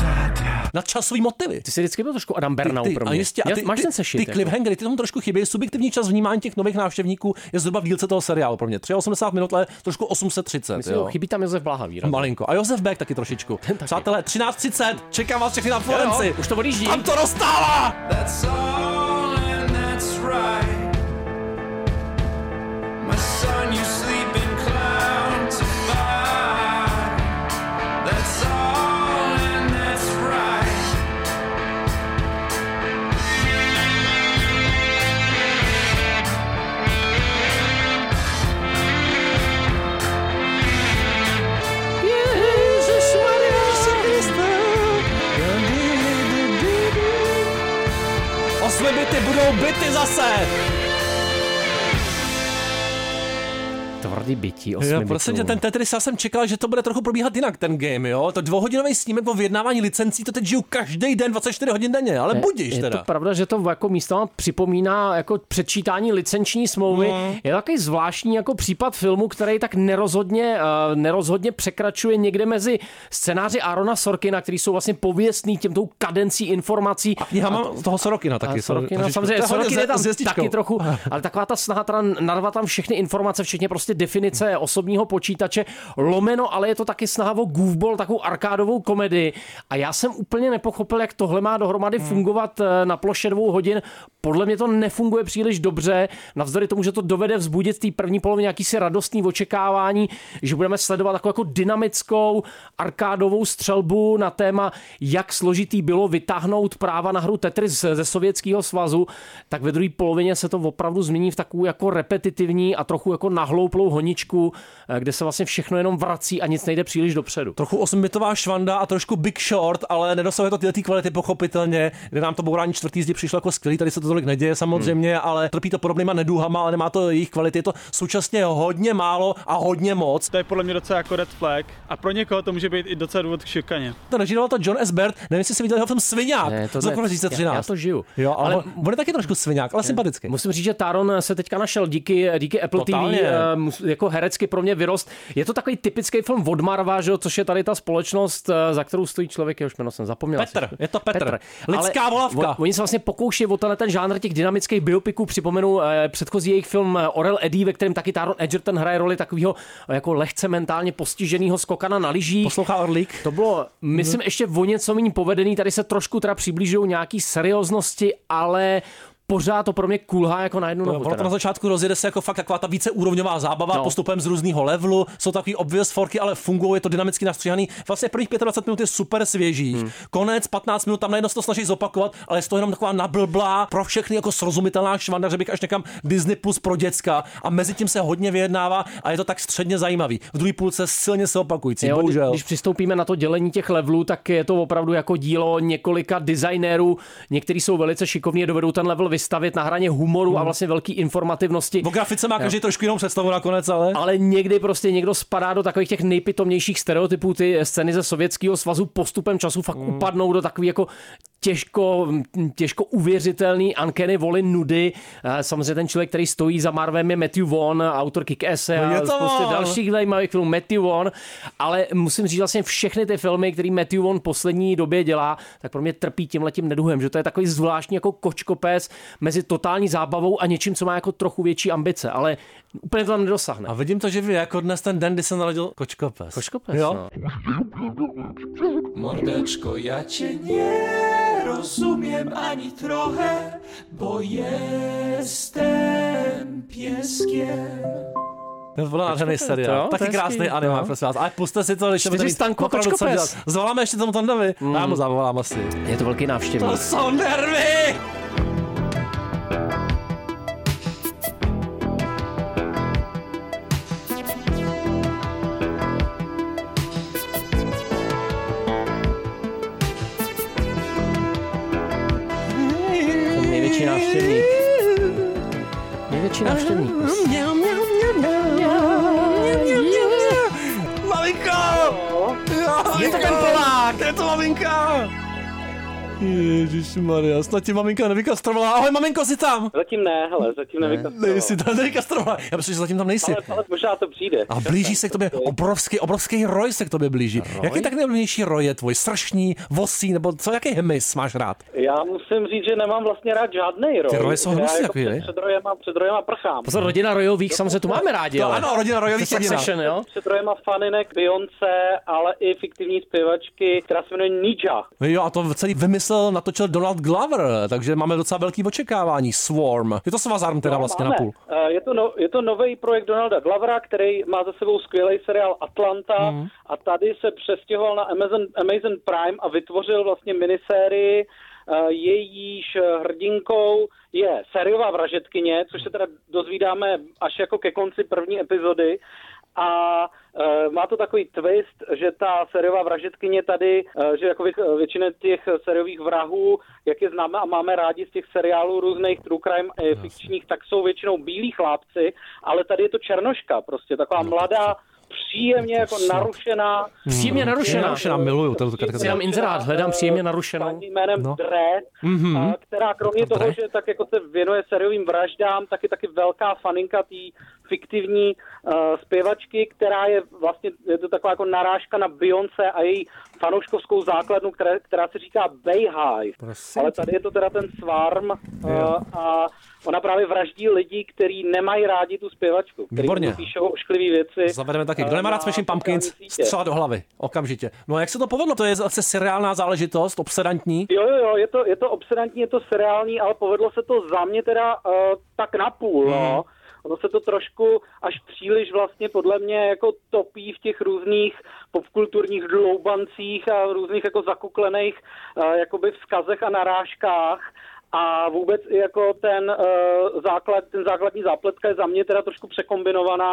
Nadčasový motivy. Ty jsi vždycky byl trošku Adam Bernau pro mě. A jistě, a ty, máš ty, ten sešit. Ty cliffhangery, ty tomu trošku chybí. Subjektivní čas vnímání těch nových návštěvníků je zhruba v dílce toho seriálu pro mě. osmdesát tři minut, ale trošku osm set třicet. Myslím, jo. Chybí tam Josef Bláha výrazně. Malinko. A Josef Beck taky trošičku. Taky. Přátelé, třináct třicet, čekám vás všechny na Florenci. Už to odjíždí. Tam to rozstává! That's all and that's right. My son, you sleep in clouds of fire. That's all and that's right. Osmi byty budou byty zase! Tvrdý bytí, osmi jo, bytů. Prosím tě, ten Tetris, já jsem čekal, že to bude trochu probíhat jinak, ten game, jo. To dvouhodinový snímek o vyjednávání licencí, to teď žiju každý den, dvacet čtyři hodin denně, ale budíš je teda. Je to pravda, že to jako místama připomíná jako předčítání licenční smlouvy. Mm. Je to takový zvláštní jako případ filmu, který tak nerozhodně, uh, nerozhodně překračuje někde mezi scénáři Arona Sorkina, který jsou vlastně pověstný těm tou kadencí informací. A kniha má z toho Sorokina taky. Sorokina, samozřejmě, Sorokin je tam taky trochu, ale taková ta snaha teda narvat tam všechny informace, včetně prostě definice osobního počítače, lomeno, ale je to taky snaha o goofball, takovou arkádovou komedii. A já jsem úplně nepochopil, jak tohle má dohromady hmm. fungovat na ploše dvou hodin. Podle mě to nefunguje příliš dobře, navzdory tomu, že to dovede vzbudit v té první polovině jakýsi radostný očekávání, že budeme sledovat takovou jako dynamickou arkádovou střelbu na téma, jak složitý bylo vytáhnout práva na hru Tetris ze Sovětského svazu, tak ve druhé polovině se to opravdu změní v takovou jako repetitivní a trochu jako nahlouplou honitbu vaničku, kde se vlastně všechno jenom vrací a nic nejde příliš dopředu. Trochu osmibitová švanda a trošku Big Short, ale nedosahuje to tyhle kvality pochopitelně, kde nám to bourání čtvrtý zdi přišlo jako skvělý, tady se to tolik neděje samozřejmě, hmm. ale trpí to podobnýma neduhama, ale nemá to jejich kvality, je to současně hodně málo a hodně moc. To je podle mě docela jako red flag a pro někoho to může být i docela důvod k šikaně. To režíroval to John S. Baird, nevím, jestli jsi viděl jeho film Sviňák ne, to z roku dva tisíce třináct. Já, já to žiju. Jo, ale, ale on je taky trošku sviňák, ale sympatický. Musím říct, že Taron se teďka našel díky, díky Apple Totálně. T V, jako herecky pro mě vyrost. Je to takový typický film od Marva, že, což je tady ta společnost, za kterou stojí člověk, jehož jméno jsem zapomněl. Petr, asi. je to Petr. Petr. Lidská ale volavka. On, oni se vlastně pokouší o tenhle ten žánr těch dynamických biopiků. Připomenu eh, předchozí jejich film Orel Eddie, ve kterém taky Taron Egerton hraje roli takového jako lehce mentálně postiženého skokana na lyžích. Poslouchá Orlík. To bylo, myslím, ještě o něco méně povedený. Tady se trošku teda přiblížují nějaký serióznosti, ale pořád to pro mě kulhá jako na jednu nohu. Ono to na začátku rozjede se jako fakt taková ta víceúrovňová zábava, no. Postupem z různého levelu, jsou takový obvious forky, ale fungují, je to dynamicky nastříhaný. Vlastně prvních dvacet pět minut je super svěží. Hmm. Konec patnáct minut tam najednou se to snaží zopakovat, ale je to jenom taková nablblá, pro všechny jako srozumitelná švanda, že bych až někam Disney Plus pro děcka a mezi tím se hodně vyjednává a je to tak středně zajímavý. V druhé půlce silně se opakující, jo, bohužel. Když přistoupíme na to dělení těch levelů, tak je to opravdu jako dílo několika designérů. Někteří jsou velice šikovní, dovedou ten level vystavit na hraně humoru hmm. a vlastně velký informativnosti. O grafice má každý trošku jinou představu nakonec, ale... Ale někdy prostě někdo spadá do takových těch nejpitomnějších stereotypů, ty scény ze Sovětského svazu postupem času fakt hmm. upadnou do takový jako těžko, těžko uvěřitelný uncanny voli nudy. Samozřejmě ten člověk, který stojí za Marvem, je Matthew Vaughn, autor Kick-Asse a prostě dalších zajímavých filmů Matthew Vaughn, ale musím říct vlastně všechny ty filmy, který Matthew Vaughn v poslední době dělá, tak pro mě trpí tímhletím neduhem, že to je takový zvláštní jako kočkopes mezi totální zábavou a něčím, co má jako trochu větší ambice, ale úplně to tam nedosáhne. A vidím to, že vy jako dnes ten den, kdy se narodil Kočkopes. Kočkopes, jo? No. Mordečko, já tě nerozumím ani trochę, bo jestem pieskiem. To byl nádherný seriál. Taky krásný animák, prosím vás. Ale puste si to, když to Čtyři stanko Kočkopes. Zavoláme ještě tomu Tondovi. Mm. Já mu zavolám asi. Je to velký návštěvník. To jsou nervy! Největší návštěvník. Největší návštěvník. Maminko! Je to ten Polák! Je to maminka! Ježišmarja, snad ti maminka nevykastrovala. Ahoj, maminko, jsi tam? Zatím ne, hele, zatím ne, nevykastrovala. Nejsi tam nevykastrovala. Já myslím, že zatím tam nejsi. Ale, ale možná to přijde. A blíží se k tobě, obrovský, obrovský roj se k tobě blíží. Roj? Jaký tak nejblížnější roj je tvoj? Sršní, vosí, nebo co, jaký hmyz máš rád? Já musím říct, že nemám vlastně rád žádnej roj. Ty roje jsou hnusný jako takový, před, před rojema, před rojema prchám. Pozor, rodina rojových, samozřejmě tu máme rádi, to, ale... Ano, rodina rojových Succession, jo? Před rojema faninek Beyoncé, ale i fiktivní zpěvačky, která se jmenuje Nija. Jo, a to celý vymyslel, natočil Donald Glover, takže máme docela velký očekávání. Swarm. Je to svazarm teda no, vlastně máme. napůl. Je to, no, je to nový projekt Donalda Glovera, který má za sebou skvělý seriál Atlanta mm. a tady se přestěhoval na Amazon, Amazon Prime a vytvořil vlastně minisérii, jejíž hrdinkou je sériová vražedkyně, což se teda dozvídáme až jako ke konci první epizody. A e, má to takový twist, že ta sériová vražedkyně tady, e, že jako vě, většina těch sériových vrahů, jak je známe a máme rádi z těch seriálů různých true crime e, fikčních, tak jsou většinou bílí chlápci, ale tady je to černoška, prostě taková mladá, příjemně jako narušená. Příjemně narušená. Narušená, miluju. Si dám inzerát, hledám příjemně narušenou. Jménem no. Dre, mm-hmm. která kromě to toho, Dre? že tak jako se věnuje seriovým vraždám, tak je taky velká faninka té fiktivní uh, zpěvačky, která je vlastně, je to taková jako narážka na Beyoncé a její fanouškovskou základnu, která, která se říká Bayhive. Prosím. Ale tady je to teda ten Swarm uh, a ona právě vraždí lidi, kteří nemají rádi tu zpěvačku, kteří píšou ošklivý věci. Zavedeme taky. Kdo nemá rád Smashing Pumpkins, střela do hlavy. Okamžitě. No a jak se to povedlo? To je zase seriálná záležitost, obsedantní? Jo, jo, jo, je to, je to obsedantní, je to seriální, ale povedlo se to za mě teda uh, tak napůl, hmm. no. Ono se to trošku až příliš vlastně podle mě jako topí v těch různých popkulturních dloubancích a různých jako zakuklených uh, jakoby vzkazech a narážkách. A vůbec jako ten, uh, základ, ten základní zápletka je za mě teda trošku překombinovaná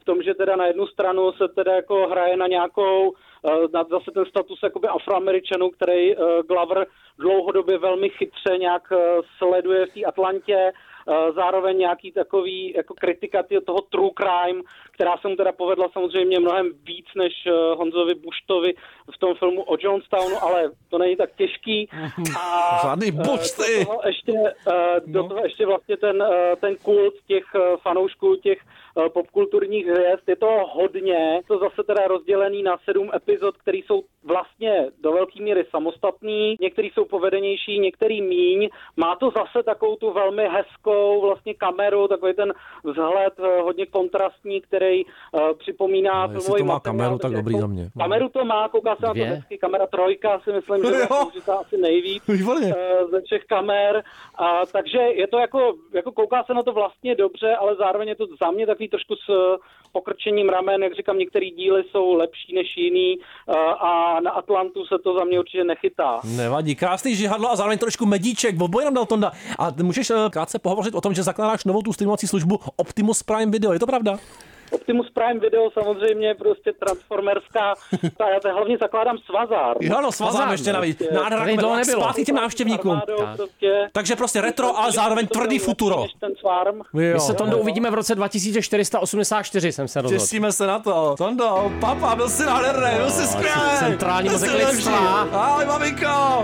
v tom, že teda na jednu stranu se teda jako hraje na nějakou, na zase ten status jakoby Afroameričanů, který Glover dlouhodobě velmi chytře nějak sleduje v té Atlantě, zároveň nějaký takový jako kritika toho true crime, která se mu teda povedla samozřejmě mnohem víc než Honzovi Buštovi v tom filmu o Johnstownu, ale to není tak těžký. A žádný Bušty! Do toho ještě, do toho ještě vlastně ten, ten kult těch fanoušků, těch popkulturních hvězd, je to hodně, to zase teda rozdělený na sedm epizod, které jsou vlastně do velké míry samostatný, některý jsou povedenější, některý míň. Má to zase takovou tu velmi hezkou vlastně kameru, takový ten vzhled hodně kontrastní, který uh, připomíná no, jestli to má kameru, tak dobrý za mě. Kameru to má, kouká se na to hezky, kamera trojka si myslím, že je použitá asi nejvíc uh, ze všech kamer, uh, takže je to jako, jako kouká se na to vlastně dobře, ale zároveň je to za mě takový trošku s uh, pokrčením ramen, jak říkám, některý díly jsou lepší než jiný uh, a na Atlantu se to za mě určitě nechytá. Nevadí, krásný žihadlo a zároveň trošku medíček, oboje nám dal Tonda. A můžeš uh, krátce pohovořit o tom, že zakládáš novou tu streamovací službu Optimus Prime Video, je to pravda? Optimus Prime Video samozřejmě prostě transformerská, ta, já to hlavně zakládám Svazár. Jo, no Svazár ještě navíc. Nádherná, zpátky těm návštěvníkům. Prostě. Takže prostě retro, ale zároveň tvrdý futuro. My se Tondo uvidíme v roce dva tisíce čtyři sta osmdesát čtyři, jsem se rozhodl. Těšíme se na to. Tondo, papa, byl jsi nádherný, byl jsi skvělý. Centrální mozeklictva. Ahoj, maminko.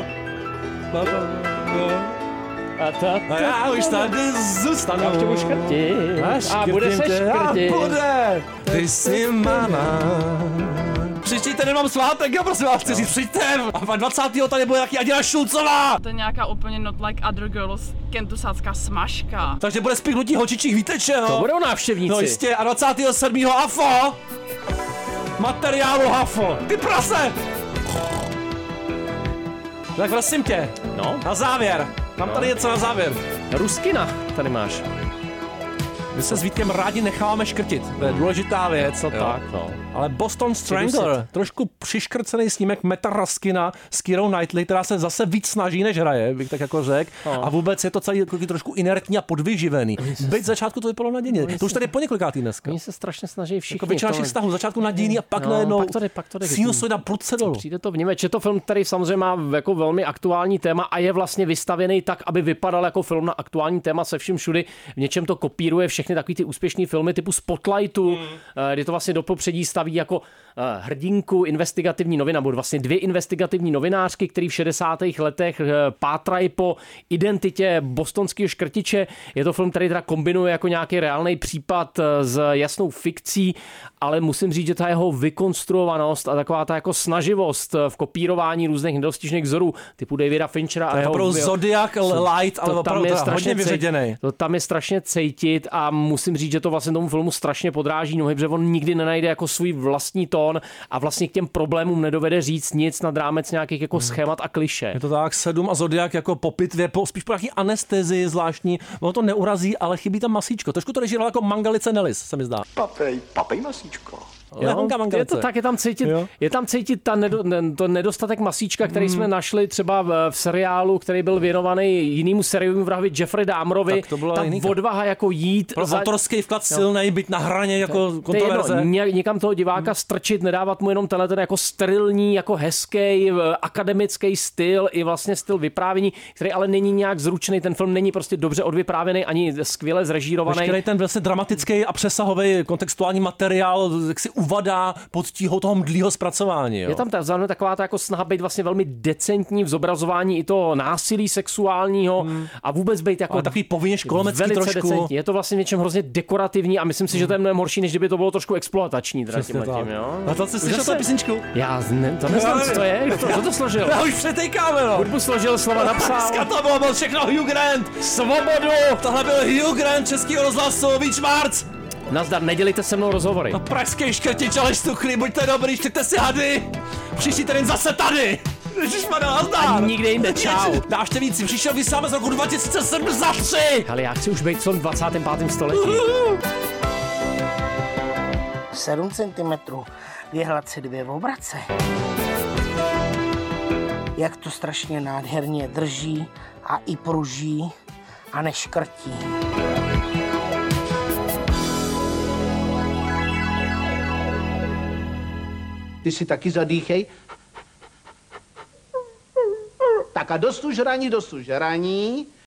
A, ta, ta, a já už tady zůstanu. Já už tě budu škrtit. A, a bude se škrtit. A bude. Ty jsi mama. Příští týden mám svátek, jo, prosím vás, chci říct, přijďte. A dvacátého tady bude nějaký Adina Šulcová. To je nějaká úplně not like other girls, kentusácká smažka. Takže bude spiknutí holčičích výtečeho. To budou návštěvníci. No jistě, a dvacátého sedmého Hafo. Materiálu Hafo. Ty prase. Tak prosím tě, no? Na závěr. Mám no. tady něco na závěr. Ruskina tady máš. My se s Vítkem rádi necháváme škrtit. To je důležitá věc. Co tak, no. Ale Boston Strangler, trošku přiškrcený snímek Meta Ruskina s Keirou Knightley, která se zase víc snaží, než hraje, bych tak jako řekl. No. A vůbec je to celý trošku inertní a podvyživený. Byť začátku to vypadalo nadějně. To už tady je po několikátý dneska. Oni se strašně snaží všichni. Jako většina našich vztahů, začátku nadějný a pak no, najednou pak to jde, pak to jde. sinusoida prudce dolů. Přijde to v Němečku. Je to film, který samozřejmě má jako velmi aktuální téma a je vlastně vystavěný tak, aby vypadal jako film na aktuální téma se vším všudy. V něčem to kopíruje všechny takový ty úspěšný filmy typu Spotlightu, mm. kdy to vlastně do popředí staví jako hrdinku investigativní novina, nebo vlastně dvě investigativní novinářky, který v šedesátých letech pátrají po identitě bostonského škrtiče. Je to film, který teda kombinuje jako nějaký reálný případ s jasnou fikcí, ale musím říct, že ta jeho vykonstruovanost a taková ta jako snaživost v kopírování různých nedostižných vzorů typu Davida Finchera a jeho... To je Zodiac Light, ale opravdu je hodně vyředěnej. To tam je strašně cítit a musím říct, že to vlastně tomu filmu strašně podráží nohy, protože on nikdy nenajde jako svůj vlastní tón a vlastně k těm problémům nedovede říct nic nad rámec nějakých jako schémat a klišé. Je to tak, sedm a Zodiak jako po pitvě, po, spíš po nějaký anestezii zvláštní, ono to neurazí, ale chybí tam masíčko. Trošku to režíroval jako Mangalice Nellis, se mi zdá. Papej, papej masíčko. Jo, je to tak, je tam cítit, je tam cítit ta nedo, ne, to nedostatek masíčka, který mm. jsme našli třeba v, v seriálu, který byl věnovaný jinému sériovému vrahovi Jeffrey Dahmerovi. Ta odvaha jako jít... Pro za... autorský vklad silnej, být na hraně jako to, kontroverze. To je jedno, někam toho diváka mm. strčit, nedávat mu jenom tenhle ten jako sterilní, jako hezký, akademický styl i vlastně styl vyprávění, který ale není nějak zručný. Ten film není prostě dobře odvyprávěný, ani skvěle zrežírovaný. Veškerý ten vlastně dramatický a přesahový kontextuální materiál, jak si uvadá pod tíhou toho mdlýho zpracování. Jo. Je tam ta, taková ta jako snaha být vlastně velmi decentní v zobrazování i toho násilí sexuálního hmm. a vůbec být jako... Ale takový povinně školomecký trošku. Decentní. Je to vlastně něčem hrozně dekorativní a myslím si, že to je mnohem horší, než kdyby to bylo trošku exploatační. Tím, jo. A to jsi slyšel tu písničku? Já ne, to neznám, co to je. Kdo to, to složil? Já už přetejkáme, no. Hudbu složil, slova napsal. Dneska to bylo, byl všechno Hugh Grant. Svobodu! Tohle byl Hugh Grant, českýho rozhlasu, Víč Marc. Nazdar, nedělejte se mnou rozhovory. No pražský škrtič, ale štuchlí, buďte dobrý, štěte si hady. Příští týden zase tady. Ježišmarja, nazdar. A nikde jinde, čau. Návštěvníci, přišel vysám z roku dva tisíce sedmdesát tři. Ale já chci už být v tom dvacátém pátém století. sedm centimetrů, vyhlat dvě v obrace. Jak to strašně nádherně drží a i pruží a neškrtí. ty si taky zadýchej. Tak a dostu žraní, dostu žraní.